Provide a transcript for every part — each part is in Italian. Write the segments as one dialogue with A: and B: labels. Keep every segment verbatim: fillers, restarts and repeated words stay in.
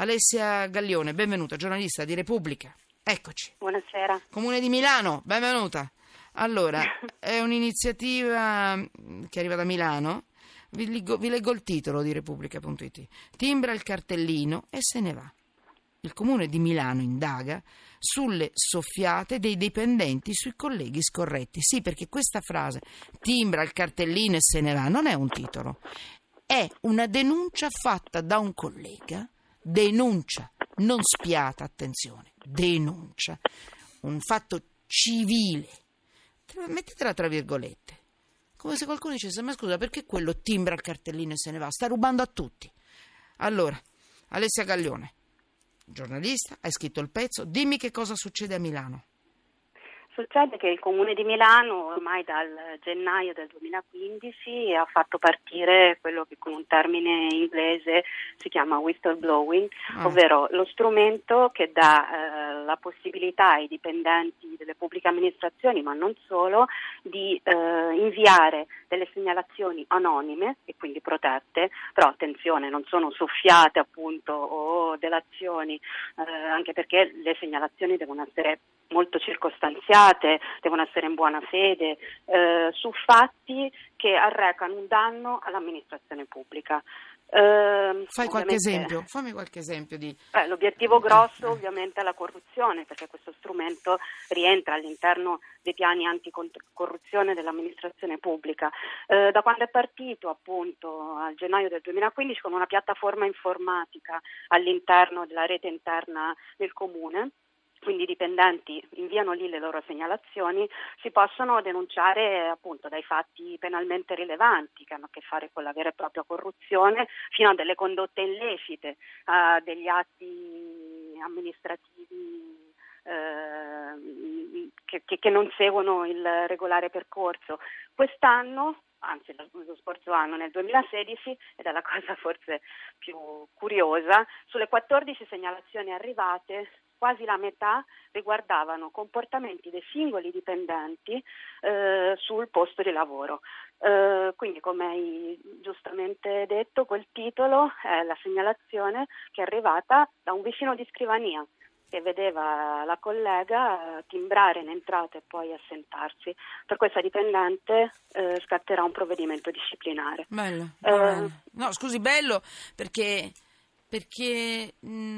A: Alessia Gaglione, benvenuta, giornalista di Repubblica. Eccoci.
B: Buonasera.
A: Comune di Milano, benvenuta. Allora, è un'iniziativa che arriva da Milano. Vi leggo, vi leggo il titolo di Repubblica punto it. Timbra il cartellino e se ne va. Il Comune di Milano indaga sulle soffiate dei dipendenti sui colleghi scorretti. Sì, perché questa frase, timbra il cartellino e se ne va, non è un titolo. È una denuncia fatta da un collega, denuncia, non spiata, attenzione, denuncia, un fatto civile. Mettetela tra virgolette. Come se qualcuno dicesse, ma scusa, perché quello timbra il cartellino e se ne va? Sta rubando a tutti. Allora, Alessia Gaglione, giornalista, hai scritto il pezzo, dimmi che cosa succede a Milano.
B: Succede che il Comune di Milano ormai dal gennaio del duemilaquindici ha fatto partire quello che con un termine inglese si chiama whistleblowing, ah. ovvero lo strumento che dà eh, la possibilità ai dipendenti delle pubbliche amministrazioni, ma non solo, di eh, inviare delle segnalazioni anonime e quindi protette, però attenzione, non sono soffiate appunto o delazioni, eh, anche perché le segnalazioni devono essere molto circostanziate, devono essere in buona fede, eh, su fatti che arrecano un danno all'amministrazione pubblica. Eh,
A: Fai qualche esempio, fammi qualche esempio di...
B: Beh, l'obiettivo grosso ovviamente è la corruzione, perché questo strumento rientra all'interno dei piani anticorruzione dell'amministrazione pubblica. Eh, da quando è partito appunto a gennaio del duemilaquindici con una piattaforma informatica all'interno della rete interna del Comune, quindi i dipendenti inviano lì le loro segnalazioni, si possono denunciare appunto dai fatti penalmente rilevanti che hanno a che fare con la vera e propria corruzione fino a delle condotte illecite, a degli atti amministrativi eh, che, che, che non seguono il regolare percorso. Quest'anno, anzi lo scorso anno, nel duemilasedici, ed è la cosa forse più curiosa, sulle quattordici segnalazioni arrivate, quasi la metà riguardavano comportamenti dei singoli dipendenti eh, sul posto di lavoro. Eh, quindi, come hai giustamente detto, quel titolo è la segnalazione che è arrivata da un vicino di scrivania che vedeva la collega timbrare in entrata e poi assentarsi. Per questa dipendente eh, scatterà un provvedimento disciplinare.
A: Bello.
B: Eh,
A: no, scusi, bello perché... perché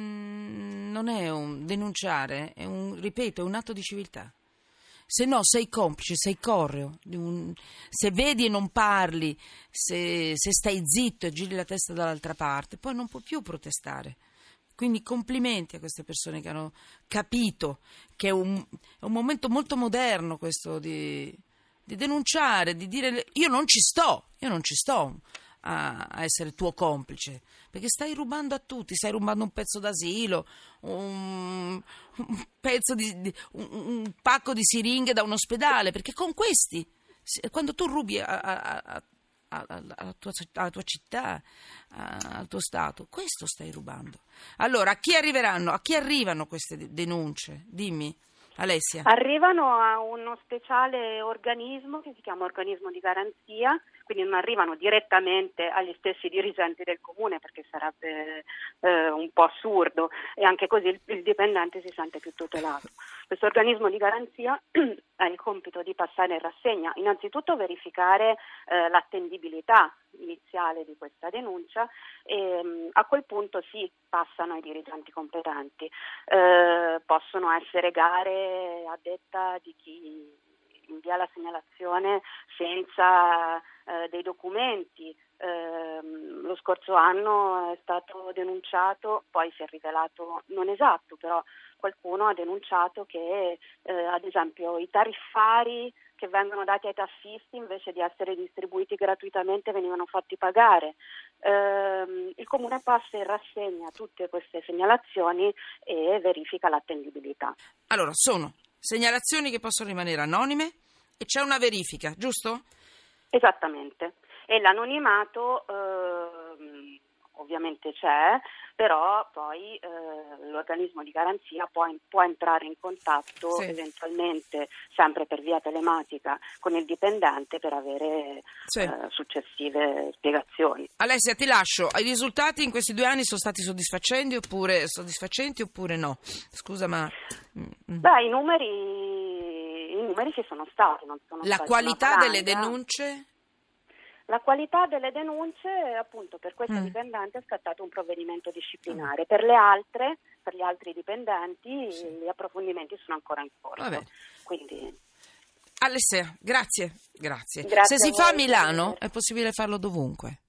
A: mh, non è un denunciare, è un, ripeto, è un atto di civiltà. Se no sei complice, sei correo, di un, se vedi e non parli, se, se stai zitto e giri la testa dall'altra parte, poi non puoi più protestare. Quindi complimenti a queste persone che hanno capito che è un, è un momento molto moderno questo di, di denunciare, di dire io non ci sto, io non ci sto a essere tuo complice, perché stai rubando a tutti, stai rubando un pezzo d'asilo, un, un pezzo di, di un, un pacco di siringhe da un ospedale, perché con questi, quando tu rubi a, a, a, a, alla, tua, alla tua città, a, al tuo stato, questo stai rubando. Allora, a chi arriveranno? A chi arrivano queste denunce? Dimmi, Alessia.
B: Arrivano a uno speciale organismo che si chiama organismo di garanzia, quindi non arrivano direttamente agli stessi dirigenti del comune perché sarebbe eh, un po' assurdo e anche così il, il dipendente si sente più tutelato. Questo organismo di garanzia ha il compito di passare in rassegna, innanzitutto verificare eh, l'attendibilità iniziale di questa denuncia e mh, a quel punto sì, passano ai dirigenti competenti. Eh, possono essere gare a detta di chi invia la segnalazione senza eh, dei documenti. Eh, lo scorso anno è stato denunciato, poi si è rivelato non esatto, però qualcuno ha denunciato che eh, ad esempio i tariffari che vengono dati ai tassisti invece di essere distribuiti gratuitamente venivano fatti pagare. Eh, il comune passa in rassegna tutte queste segnalazioni e verifica l'attendibilità.
A: Allora, sono segnalazioni che possono rimanere anonime e c'è una verifica, giusto?
B: Esattamente. E l'anonimato eh, ovviamente c'è, però poi eh, l'organismo di garanzia può, può entrare in contatto
A: sì.
B: eventualmente, sempre per via telematica, con il dipendente per avere
A: sì.
B: eh, successive spiegazioni.
A: Alessia, ti lascio. I risultati in questi due anni sono stati soddisfacenti oppure, soddisfacenti oppure no? Scusa, ma...
B: Beh, i numeri, i numeri ci sono stati, non sono
A: La
B: stati
A: qualità
B: una
A: delle
B: valanga.
A: denunce?
B: La qualità delle denunce, appunto, per questa
A: Mm.
B: dipendente è scattato un provvedimento disciplinare. Per le altre, per gli altri dipendenti,
A: Sì.
B: gli approfondimenti sono ancora in corso.
A: Vabbè.
B: Quindi...
A: Alessia, grazie. Grazie.
B: Grazie
A: Se si
B: a
A: fa a
B: voi,
A: Milano,
B: arrivederci.
A: è possibile farlo dovunque.